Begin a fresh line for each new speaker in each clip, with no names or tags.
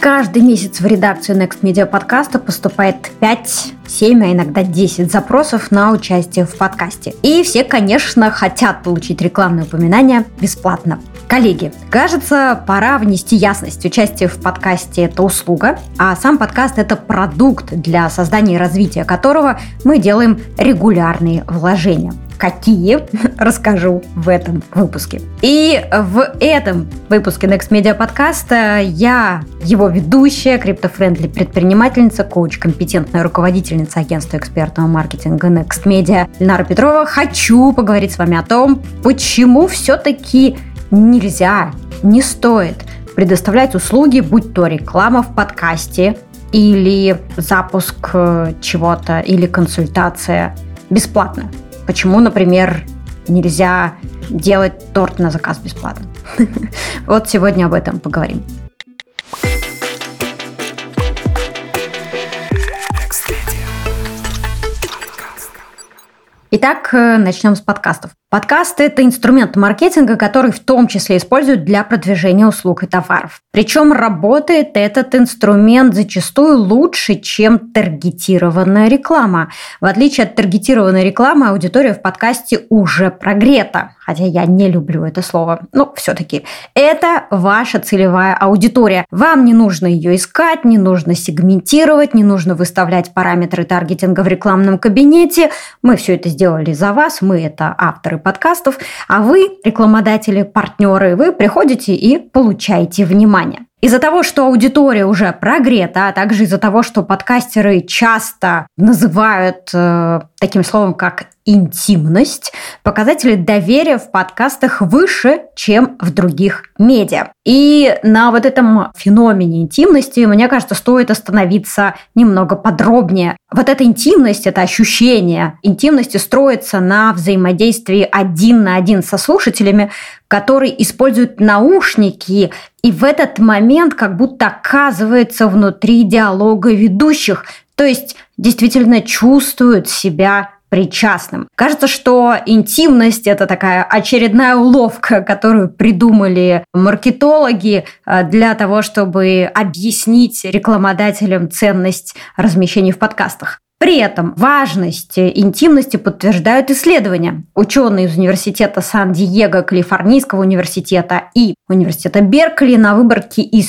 Каждый месяц в редакцию Next Media подкаста поступает 5, 7, а иногда 10 запросов на участие в подкасте. И все, конечно, хотят получить рекламное упоминание бесплатно. Коллеги, кажется, пора внести ясность. Участие в подкасте – это услуга, а сам подкаст – это продукт, для создания и развития которого мы делаем регулярные вложения. Какие? Расскажу в этом выпуске. И в этом выпуске Next Media подкаста я, его ведущая, криптофрендли предпринимательница, коуч, компетентная руководительница агентства экспертного маркетинга Next Media Ильнара Петрова, хочу поговорить с вами о том, почему все-таки нельзя, не стоит предоставлять услуги, будь то реклама в подкасте или запуск чего-то, или консультация бесплатно. Почему, например, нельзя делать торт на заказ бесплатно? Вот сегодня об этом поговорим. Итак, начнем с подкастов. Подкасты – это инструмент маркетинга, который в том числе используют для продвижения услуг и товаров. Причем работает этот инструмент зачастую лучше, чем таргетированная реклама. В отличие от таргетированной рекламы, аудитория в подкасте уже прогрета. Хотя я не люблю это слово. Но все-таки это ваша целевая аудитория. Вам не нужно ее искать, не нужно сегментировать, не нужно выставлять параметры таргетинга в рекламном кабинете. Мы все это сделали за вас. Мы – это авторы подкастов, а вы, рекламодатели, партнеры, вы приходите и получаете внимание. Из-за того, что аудитория уже прогрета, а также из-за того, что подкастеры часто называют таким словом, как интимность, показатели доверия в подкастах выше, чем в других медиа. И на вот этом феномене интимности, мне кажется, стоит остановиться немного подробнее. Вот эта интимность, это ощущение интимности строится на взаимодействии 1 на 1 со слушателями, которые используют наушники, и в этот момент как будто оказывается внутри диалога ведущих, то есть действительно чувствуют себя причастным. Кажется, что интимность – это такая очередная уловка, которую придумали маркетологи для того, чтобы объяснить рекламодателям ценность размещений в подкастах. При этом важность интимности подтверждают исследования. Ученые из университета Сан-Диего, Калифорнийского университета и университета Беркли на выборке из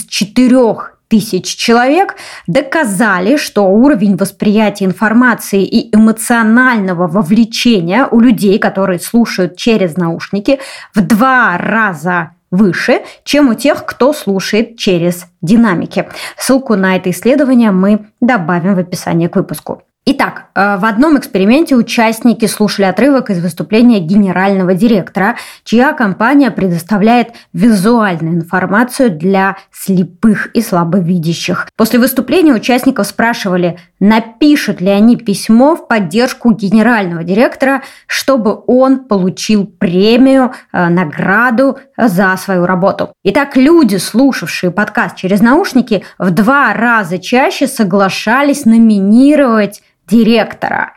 4000 человек доказали, что уровень восприятия информации и эмоционального вовлечения у людей, которые слушают через наушники, в 2 раза выше, чем у тех, кто слушает через динамики. Ссылку на это исследование мы добавим в описание к выпуску. Итак, в одном эксперименте участники слушали отрывок из выступления генерального директора, чья компания предоставляет визуальную информацию для слепых и слабовидящих. После выступления участников спрашивали, напишут ли они письмо в поддержку генерального директора, чтобы он получил премию, награду за свою работу. Итак, люди, слушавшие подкаст через наушники, в 2 раза чаще соглашались номинировать директора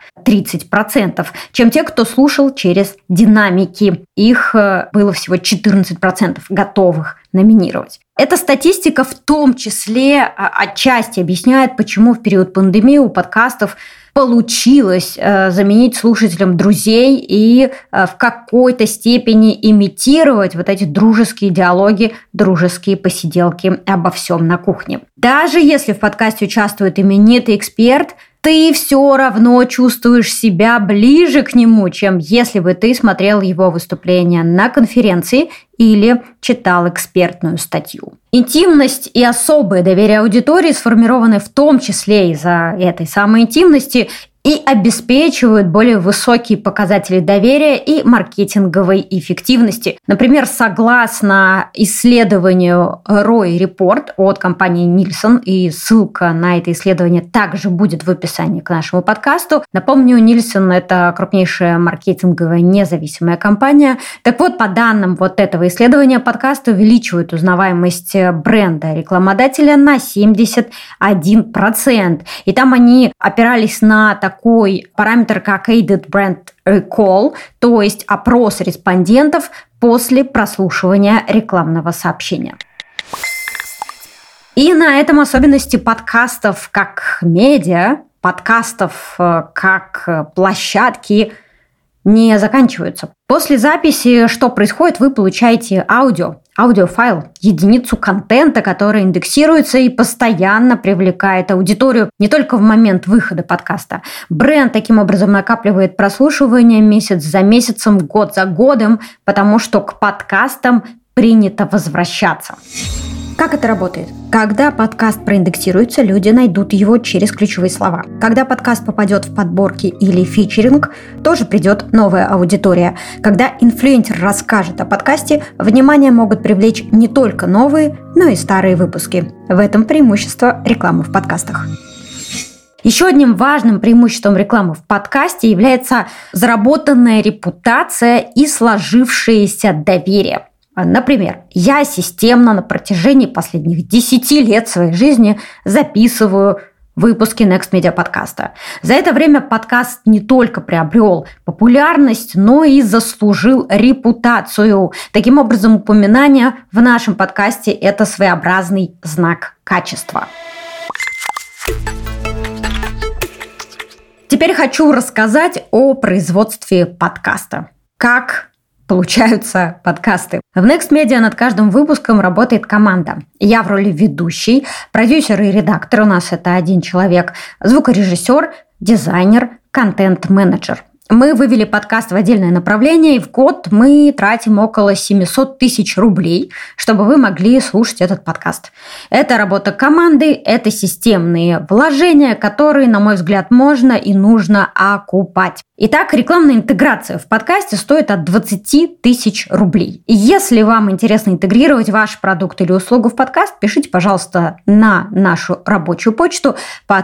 30%, чем те, кто слушал через динамики. Их было всего 14% готовых номинировать. Эта статистика в том числе отчасти объясняет, почему в период пандемии у подкастов получилось заменить слушателям друзей и в какой-то степени имитировать вот эти дружеские диалоги, дружеские посиделки обо всем на кухне. Даже если в подкасте участвует именитый эксперт, ты все равно чувствуешь себя ближе к нему, чем если бы ты смотрел его выступление на конференции или читал экспертную статью. Интимность и особое доверие аудитории сформированы в том числе из-за этой самой интимности и обеспечивают более высокие показатели доверия и маркетинговой эффективности. Например, согласно исследованию Roy Report от компании Nielsen, и ссылка на это исследование также будет в описании к нашему подкасту. Напомню, Nielsen – это крупнейшая маркетинговая независимая компания. Так вот, по данным вот этого исследования, подкасты увеличивают узнаваемость бренда рекламодателя на 71%. И там они опирались на такой параметр, как Aided Brand Recall, то есть опрос респондентов после прослушивания рекламного сообщения. И на этом особенности подкастов как медиа, подкастов как площадки не заканчиваются. После записи что происходит? Вы получаете аудиофайл, единицу контента, который индексируется и постоянно привлекает аудиторию не только в момент выхода подкаста. Бренд таким образом накапливает прослушивание месяц за месяцем, год за годом, потому что к подкастам принято возвращаться. Как это работает? Когда подкаст проиндексируется, люди найдут его через ключевые слова. Когда подкаст попадет в подборки или фичеринг, тоже придет новая аудитория. Когда инфлюенсер расскажет о подкасте, внимание могут привлечь не только новые, но и старые выпуски. В этом преимущество рекламы в подкастах. Еще одним важным преимуществом рекламы в подкасте является заработанная репутация и сложившееся доверие. Например, я системно на протяжении последних 10 лет своей жизни записываю выпуски Next Media подкаста. За это время подкаст не только приобрел популярность, но и заслужил репутацию. Таким образом, упоминание в нашем подкасте – это своеобразный знак качества. Теперь хочу рассказать о производстве подкаста. Как получаются подкасты. В Next Media над каждым выпуском работает команда. Я в роли ведущей, продюсер и редактор, у нас это один человек, звукорежиссер, дизайнер, контент-менеджер. Мы вывели подкаст в отдельное направление, и в год мы тратим около 700 тысяч рублей, чтобы вы могли слушать этот подкаст. Это работа команды, это системные вложения, которые, на мой взгляд, можно и нужно окупать. Итак, рекламная интеграция в подкасте стоит от 20 тысяч рублей. И если вам интересно интегрировать ваш продукт или услугу в подкаст, пишите, пожалуйста, на нашу рабочую почту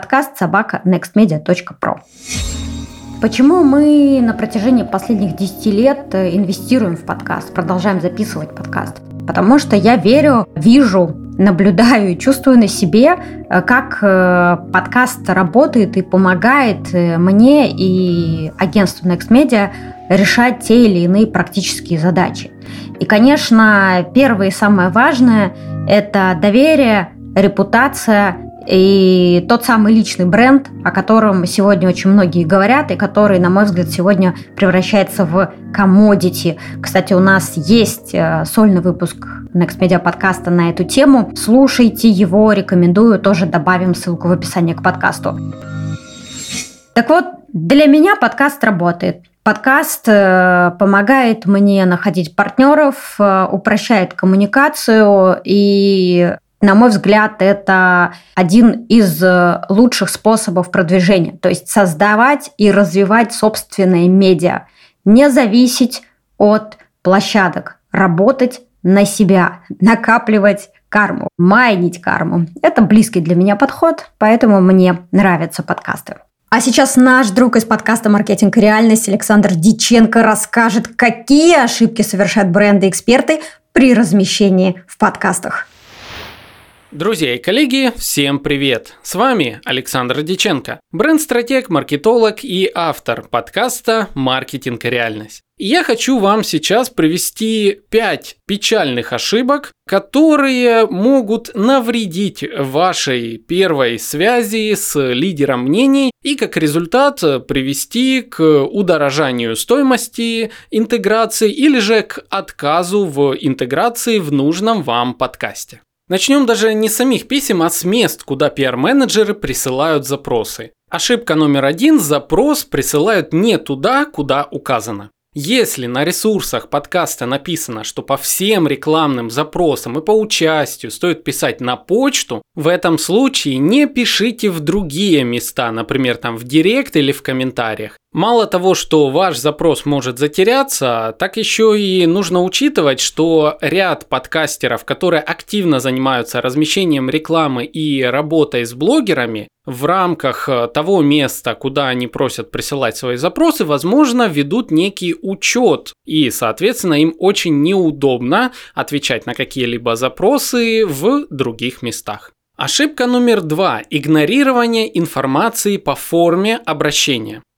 podcast@nextmedia.pro. Почему мы на протяжении последних 10 лет инвестируем в подкаст, продолжаем записывать подкаст? Потому что я верю, вижу, наблюдаю и чувствую на себе, как подкаст работает и помогает мне и агентству Next Media решать те или иные практические задачи. И, конечно, первое и самое важное – это доверие, репутация и тот самый личный бренд, о котором сегодня очень многие говорят, и который, на мой взгляд, сегодня превращается в commodity. Кстати, у нас есть сольный выпуск Next Media подкаста на эту тему. Слушайте его, рекомендую, тоже добавим ссылку в описании к подкасту. Так вот, для меня подкаст работает. Подкаст помогает мне находить партнеров, упрощает коммуникацию и, на мой взгляд, это один из лучших способов продвижения. То есть создавать и развивать собственное медиа. Не зависеть от площадок. Работать на себя. Накапливать карму. Майнить карму. Это близкий для меня подход, поэтому мне нравятся подкасты. А сейчас наш друг из подкаста «Маркетинг и реальность» Александр Диченко расскажет, какие ошибки совершают бренды-эксперты при размещении в подкастах.
Друзья и коллеги, всем привет! С вами Александр Диченко, бренд-стратег, маркетолог и автор подкаста «Маркетинг и реальность». И я хочу вам сейчас привести 5 печальных ошибок, которые могут навредить вашей первой связи с лидером мнений и как результат привести к удорожанию стоимости интеграции или же к отказу в интеграции в нужном вам подкасте. Начнем даже не с самих писем, а с мест, куда PR-менеджеры присылают запросы. Ошибка номер 1 – запрос присылают не туда, куда указано. Если на ресурсах подкаста написано, что по всем рекламным запросам и по участию стоит писать на почту, в этом случае не пишите в другие места, например, там в директ или в комментариях. Мало того, что ваш запрос может затеряться, так еще и нужно учитывать, что ряд подкастеров, которые активно занимаются размещением рекламы и работой с блогерами, в рамках того места, куда они просят присылать свои запросы, возможно, ведут некий учет. И, соответственно, им очень неудобно отвечать на какие-либо запросы в других местах. Ошибка номер 2 – игнорирование информации по форме обращения.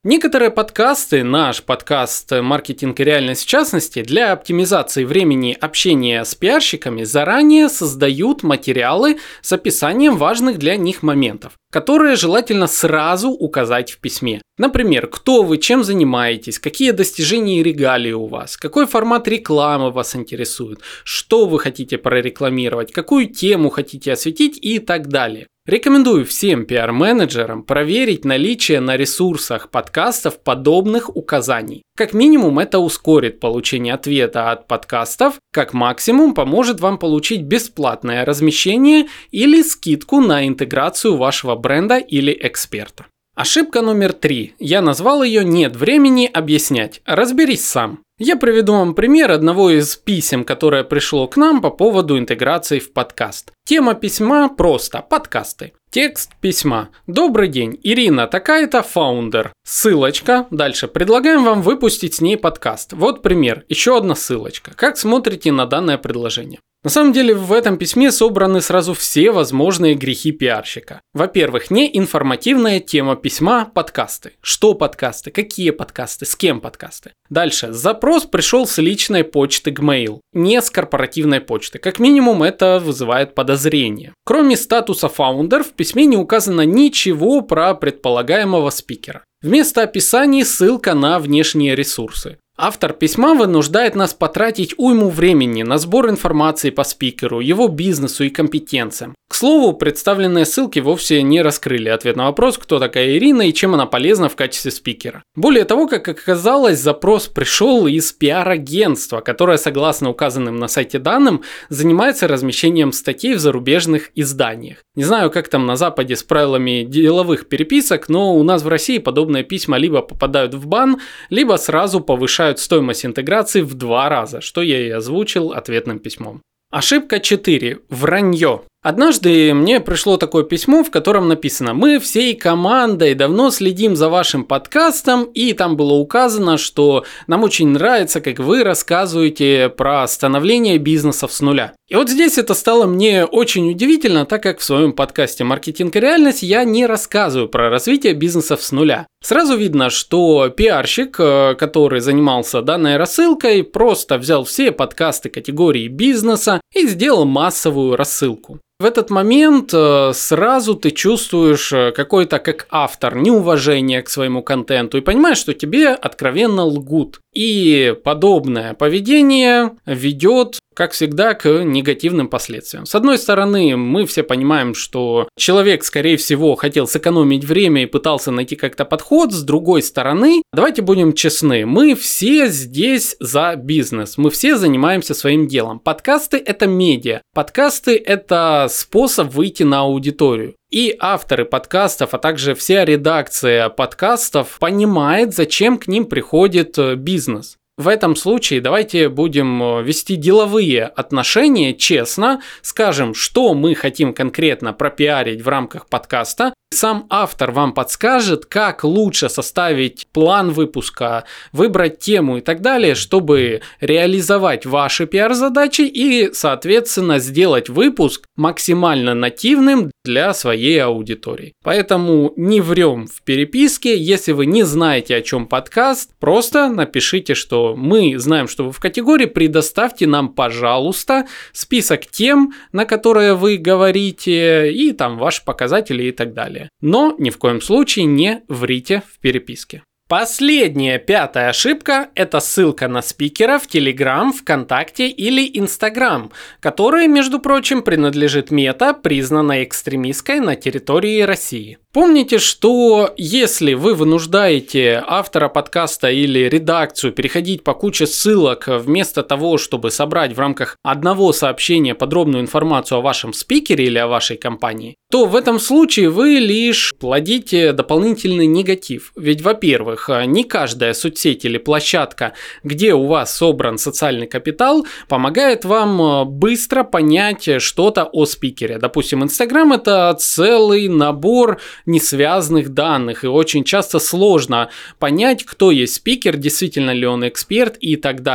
Некоторые подкасты, наш подкаст «Маркетинг и реальность» в частности, для оптимизации времени общения с пиарщиками заранее создают материалы с описанием важных для них моментов, которые желательно сразу указать в письме. Например, кто вы, чем занимаетесь, какие достижения и регалии у вас, какой формат рекламы вас интересует, что вы хотите прорекламировать, какую тему хотите осветить и так далее. Рекомендую всем пиар-менеджерам проверить наличие на ресурсах подкастов подобных указаний. Как минимум это ускорит получение ответа от подкастов, как максимум поможет вам получить бесплатное размещение или скидку на интеграцию вашего бренда или эксперта. Ошибка номер 3. Я назвал ее «нет времени объяснять». Разберись сам. Я приведу вам пример одного из писем, которое пришло к нам по поводу интеграции в подкаст. Тема письма просто «Подкасты». Текст письма. Добрый день, Ирина, такая-то фаундер. Ссылочка. Дальше. Предлагаем вам выпустить с ней подкаст. Вот пример. Еще одна ссылочка. Как смотрите на данное предложение? На самом деле в этом письме собраны сразу все возможные грехи пиарщика. Во-первых, неинформативная тема письма – подкасты. Что подкасты? Какие подкасты? С кем подкасты? Дальше. Запрос пришел с личной почты Gmail, не с корпоративной почты. Как минимум это вызывает подозрение. Кроме статуса фаундер в письме не указано ничего про предполагаемого спикера. Вместо описаний ссылка на внешние ресурсы. Автор письма вынуждает нас потратить уйму времени на сбор информации по спикеру, его бизнесу и компетенциям. К слову, представленные ссылки вовсе не раскрыли ответ на вопрос, кто такая Ирина и чем она полезна в качестве спикера. Более того, как оказалось, запрос пришел из пиар-агентства, которое, согласно указанным на сайте данным, занимается размещением статей в зарубежных изданиях. Не знаю, как там на Западе с правилами деловых переписок, но у нас в России подобные письма либо попадают в бан, либо сразу повышают стоимость интеграции в 2 раза, что я и озвучил ответным письмом. Ошибка 4. Вранье. Однажды мне пришло такое письмо, в котором написано: «Мы всей командой давно следим за вашим подкастом», и там было указано, что нам очень нравится, как вы рассказываете про становление бизнесов с нуля. И вот здесь это стало мне очень удивительно, так как в своем подкасте «Маркетинг и реальность» я не рассказываю про развитие бизнесов с нуля. Сразу видно, что пиарщик, который занимался данной рассылкой, просто взял все подкасты категории бизнеса и сделал массовую рассылку. В этот момент сразу ты чувствуешь какое-то, как автор, неуважение к своему контенту и понимаешь, что тебе откровенно лгут. И подобное поведение ведет, как всегда, к негативным последствиям. С одной стороны, мы все понимаем, что человек, скорее всего, хотел сэкономить время и пытался найти как-то подход. С другой стороны, давайте будем честны, мы все здесь за бизнес, мы все занимаемся своим делом. Подкасты – это медиа, подкасты – это способ выйти на аудиторию. И авторы подкастов, а также вся редакция подкастов понимает, зачем к ним приходит бизнес. В этом случае давайте будем вести деловые отношения честно, скажем, что мы хотим конкретно пропиарить в рамках подкаста. Сам автор вам подскажет, как лучше составить план выпуска, выбрать тему и так далее, чтобы реализовать ваши пиар-задачи и, соответственно, сделать выпуск максимально нативным для своей аудитории. Поэтому не врем в переписке. Если вы не знаете, о чем подкаст, просто напишите, что мы знаем, что вы в категории, предоставьте нам, пожалуйста, список тем, на которые вы говорите, и там ваши показатели и так далее. Но ни в коем случае не врите в переписке. Последняя, 5-я ошибка – это ссылка на спикера в Telegram, ВКонтакте или Instagram, которая, между прочим, принадлежит Мета, признанной экстремистской на территории России. Помните, что если вы вынуждаете автора подкаста или редакцию переходить по куче ссылок вместо того, чтобы собрать в рамках одного сообщения подробную информацию о вашем спикере или о вашей компании, то в этом случае вы лишь плодите дополнительный негатив. Ведь, во-первых, не каждая соцсеть или площадка, где у вас собран социальный капитал, помогает вам быстро понять что-то о спикере. Допустим, Instagram – это целый набор несвязанных данных, и очень часто сложно понять, кто есть спикер, действительно ли он эксперт и так далее.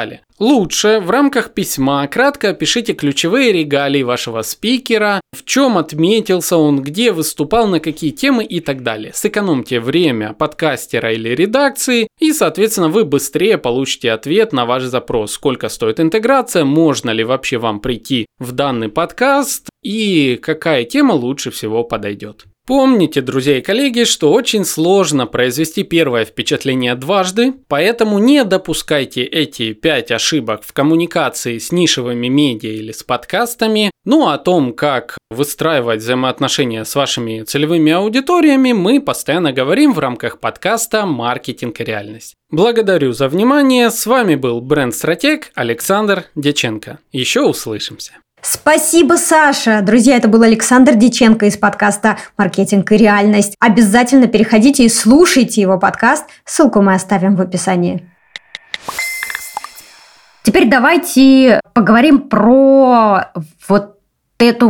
лучше в рамках письма кратко опишите ключевые регалии вашего спикера, в чем отметился он, где выступал, на какие темы и так далее. Сэкономьте время подкастера или редакции, и, соответственно, вы быстрее получите ответ на ваш запрос. Сколько стоит интеграция, можно ли вообще вам прийти в данный подкаст и какая тема лучше всего подойдет. Помните, друзья и коллеги, что очень сложно произвести первое впечатление дважды, поэтому не допускайте эти 5 ошибок в коммуникации с нишевыми медиа или с подкастами. Ну а о том, как выстраивать взаимоотношения с вашими целевыми аудиториями, мы постоянно говорим в рамках подкаста «Маркетинг и реальность». Благодарю за внимание. С вами был бренд-стратег Александр Дьяченко. Еще услышимся.
Спасибо, Саша! Друзья, это был Александр Дьяченко из подкаста «Маркетинг и реальность». Обязательно переходите и слушайте его подкаст. Ссылку мы оставим в описании. Теперь давайте поговорим про вот эту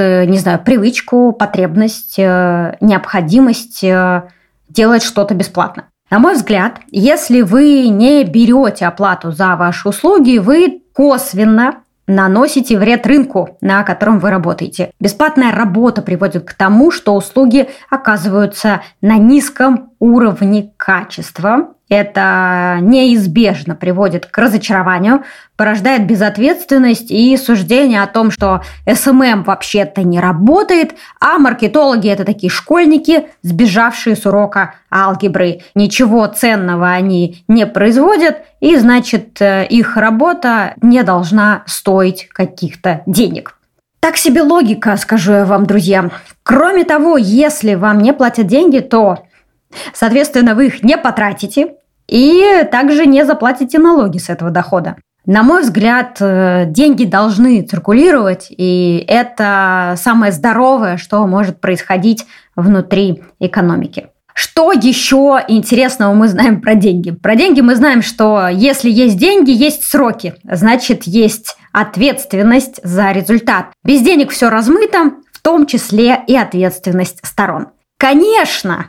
привычку, потребность, необходимость делать что-то бесплатно. На мой взгляд, если вы не берете оплату за ваши услуги, вы косвенно наносите вред рынку, на котором вы работаете. Бесплатная работа приводит к тому, что услуги оказываются на низком уровне качества. Это неизбежно приводит к разочарованию, порождает безответственность и суждение о том, что СММ вообще-то не работает, а маркетологи – это такие школьники, сбежавшие с урока алгебры. Ничего ценного они не производят, и, значит, их работа не должна стоить каких-то денег. Так себе логика, скажу я вам, друзья. Кроме того, если вам не платят деньги, то, соответственно, вы их не потратите и также не заплатите налоги с этого дохода. На мой взгляд, деньги должны циркулировать, и это самое здоровое, что может происходить внутри экономики. Что еще интересного мы знаем про деньги? Про деньги мы знаем, что если есть деньги, есть сроки, значит, есть ответственность за результат. Без денег все размыто, в том числе и ответственность сторон. Конечно,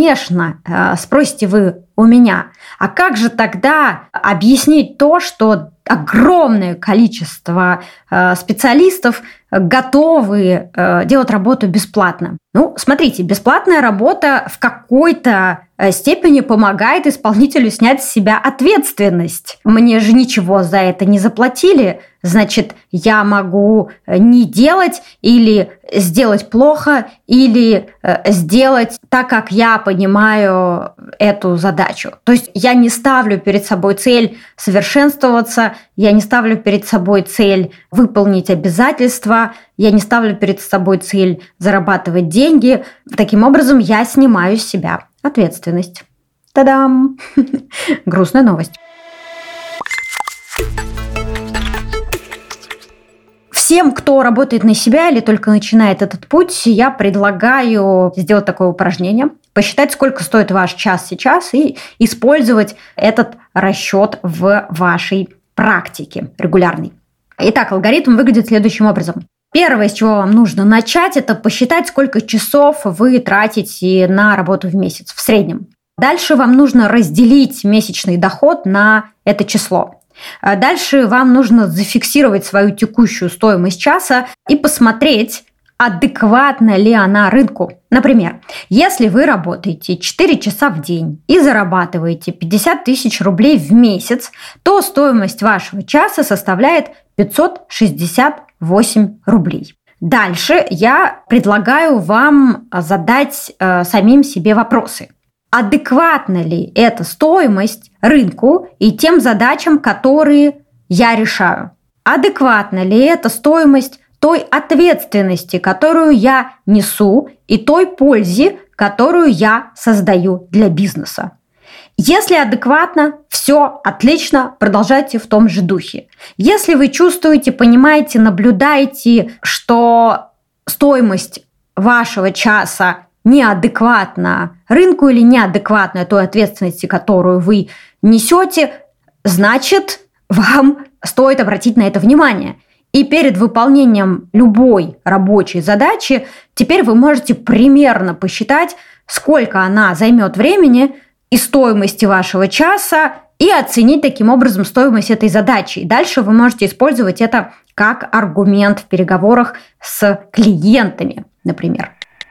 спросите вы у меня, а как же тогда объяснить то, что огромное количество специалистов готовы делать работу бесплатно? Ну, смотрите, бесплатная работа в какой-то степени помогает исполнителю снять с себя ответственность. Мне же ничего за это не заплатили, значит, я могу не делать или сделать плохо, или сделать так, как я понимаю эту задачу. То есть я не ставлю перед собой цель совершенствоваться, я не ставлю перед собой цель выполнить обязательства, я не ставлю перед собой цель зарабатывать деньги. Таким образом, я снимаю с себя ответственность. Та-дам! Грустная новость. Всем, кто работает на себя или только начинает этот путь, я предлагаю сделать такое упражнение, посчитать, сколько стоит ваш час сейчас, и использовать этот расчет в вашей практике регулярной. Итак, алгоритм выглядит следующим образом. Первое, с чего вам нужно начать, это посчитать, сколько часов вы тратите на работу в месяц в среднем. Дальше вам нужно разделить месячный доход на это число. Дальше вам нужно зафиксировать свою текущую стоимость часа и посмотреть, адекватна ли она рынку. Например, если вы работаете 4 часа в день и зарабатываете 50 тысяч рублей в месяц, то стоимость вашего часа составляет 568 рублей. Дальше я предлагаю вам задать самим себе вопросы. Адекватна ли эта стоимость рынку и тем задачам, которые я решаю? Адекватна ли эта стоимость той ответственности, которую я несу, и той пользе, которую я создаю для бизнеса? Если адекватно, все отлично, продолжайте в том же духе. Если вы чувствуете, понимаете, наблюдаете, что стоимость вашего часа неадекватна рынку или неадекватна той ответственности, которую вы несете, значит, вам стоит обратить на это внимание. И перед выполнением любой рабочей задачи теперь вы можете примерно посчитать, сколько она займет времени и стоимости вашего часа, и оценить таким образом стоимость этой задачи. И дальше вы можете использовать это как аргумент в переговорах с клиентами, например.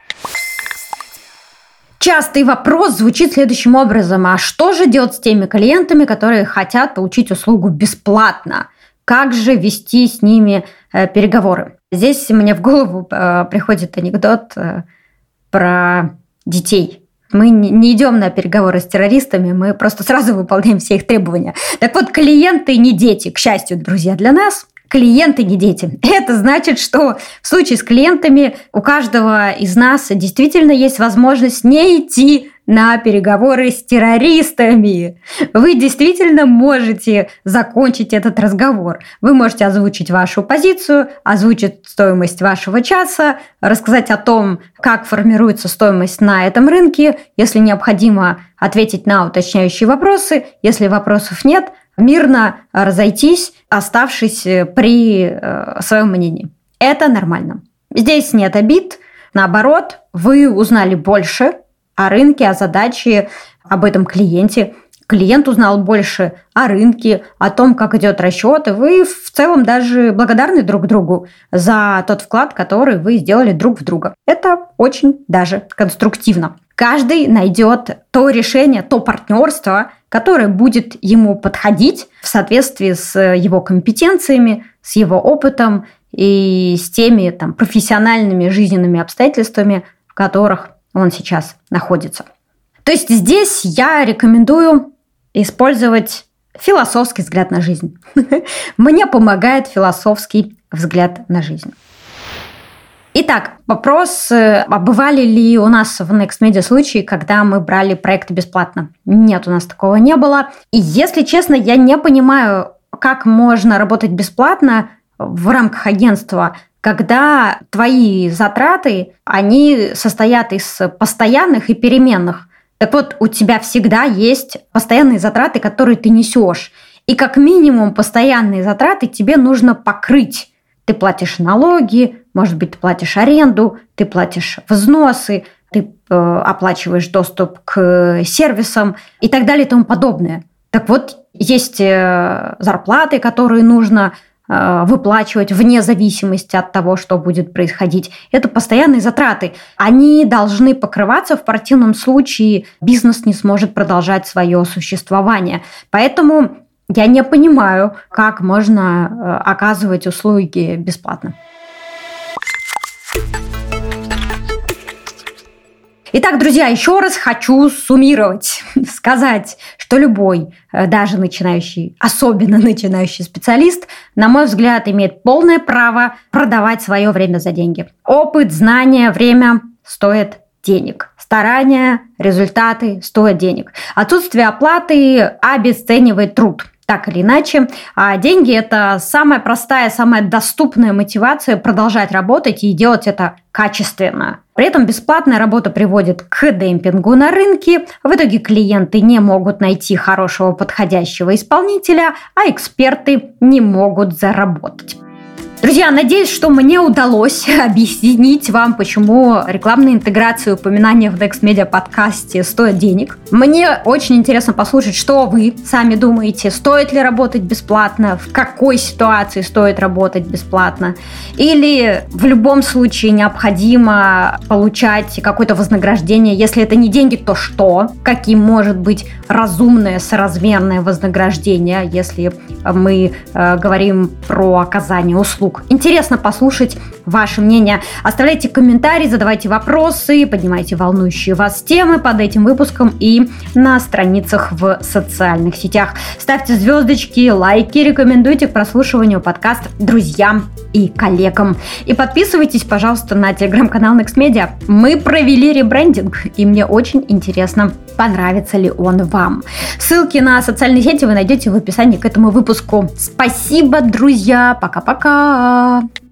Частый вопрос звучит следующим образом. А что же делать с теми клиентами, которые хотят получить услугу бесплатно? Как же вести с ними переговоры? Здесь мне в голову приходит анекдот про детей. Мы не идем на переговоры с террористами, мы просто сразу выполняем все их требования. Так вот, клиенты не дети, к счастью, друзья, для нас. Клиенты не дети. Это значит, что в случае с клиентами у каждого из нас действительно есть возможность не идти на переговоры с террористами. Вы действительно можете закончить этот разговор. Вы можете озвучить вашу позицию, озвучить стоимость вашего часа, рассказать о том, как формируется стоимость на этом рынке, если необходимо ответить на уточняющие вопросы. Если вопросов нет, мирно разойтись, оставшись при своем мнении. Это нормально. Здесь нет обид. Наоборот, вы узнали больше о рынке, о задаче, об этом клиенте. Клиент узнал больше о рынке, о том, как идет расчет, и вы в целом даже благодарны друг другу за тот вклад, который вы сделали друг в друга. Это очень даже конструктивно. Каждый найдет то решение, то партнерство, которое будет ему подходить в соответствии с его компетенциями, с его опытом и с теми профессиональными жизненными обстоятельствами, в которых он сейчас находится. То есть здесь я рекомендую использовать философский взгляд на жизнь. Мне помогает философский взгляд на жизнь. Итак, вопрос, а бывали ли у нас в Next Media случаи, когда мы брали проекты бесплатно? Нет, у нас такого не было. И если честно, я не понимаю, как можно работать бесплатно в рамках агентства, когда твои затраты, они состоят из постоянных и переменных. Так вот, у тебя всегда есть постоянные затраты, которые ты несешь. И как минимум постоянные затраты тебе нужно покрыть. Ты платишь налоги, может быть, ты платишь аренду, ты платишь взносы, ты оплачиваешь доступ к сервисам и так далее и тому подобное. Так вот, есть зарплаты, которые нужно выплачивать вне зависимости от того, что будет происходить. Это постоянные затраты. Они должны покрываться, в противном случае бизнес не сможет продолжать свое существование. Поэтому я не понимаю, как можно оказывать услуги бесплатно. Итак, друзья, еще раз хочу суммировать, сказать, что любой, даже начинающий, особенно начинающий специалист, на мой взгляд, имеет полное право продавать свое время за деньги. Опыт, знания, время стоят денег. Старания, результаты стоят денег. Отсутствие оплаты обесценивает труд. Так или иначе, а деньги – это самая простая, самая доступная мотивация продолжать работать и делать это качественно. При этом бесплатная работа приводит к демпингу на рынке. В итоге клиенты не могут найти хорошего подходящего исполнителя, а эксперты не могут заработать. Друзья, надеюсь, что мне удалось объяснить вам, почему рекламные интеграции и упоминания в Next Media подкасте стоят денег. Мне очень интересно послушать, что вы сами думаете, стоит ли работать бесплатно, в какой ситуации стоит работать бесплатно, или в любом случае необходимо получать какое-то вознаграждение. Если это не деньги, то что? Каким может быть разумное, соразмерное вознаграждение, если мы говорим про оказание услуг? Интересно послушать ваше мнение. Оставляйте комментарии, задавайте вопросы, поднимайте волнующие вас темы под этим выпуском и на страницах в социальных сетях. Ставьте звездочки, лайки, рекомендуйте к прослушиванию подкаст друзьям и коллегам. И подписывайтесь, пожалуйста, на телеграм-канал Next Media. Мы провели ребрендинг, и мне очень интересно, понравится ли он вам. Ссылки на социальные сети вы найдете в описании к этому выпуску. Спасибо, друзья. Пока-пока.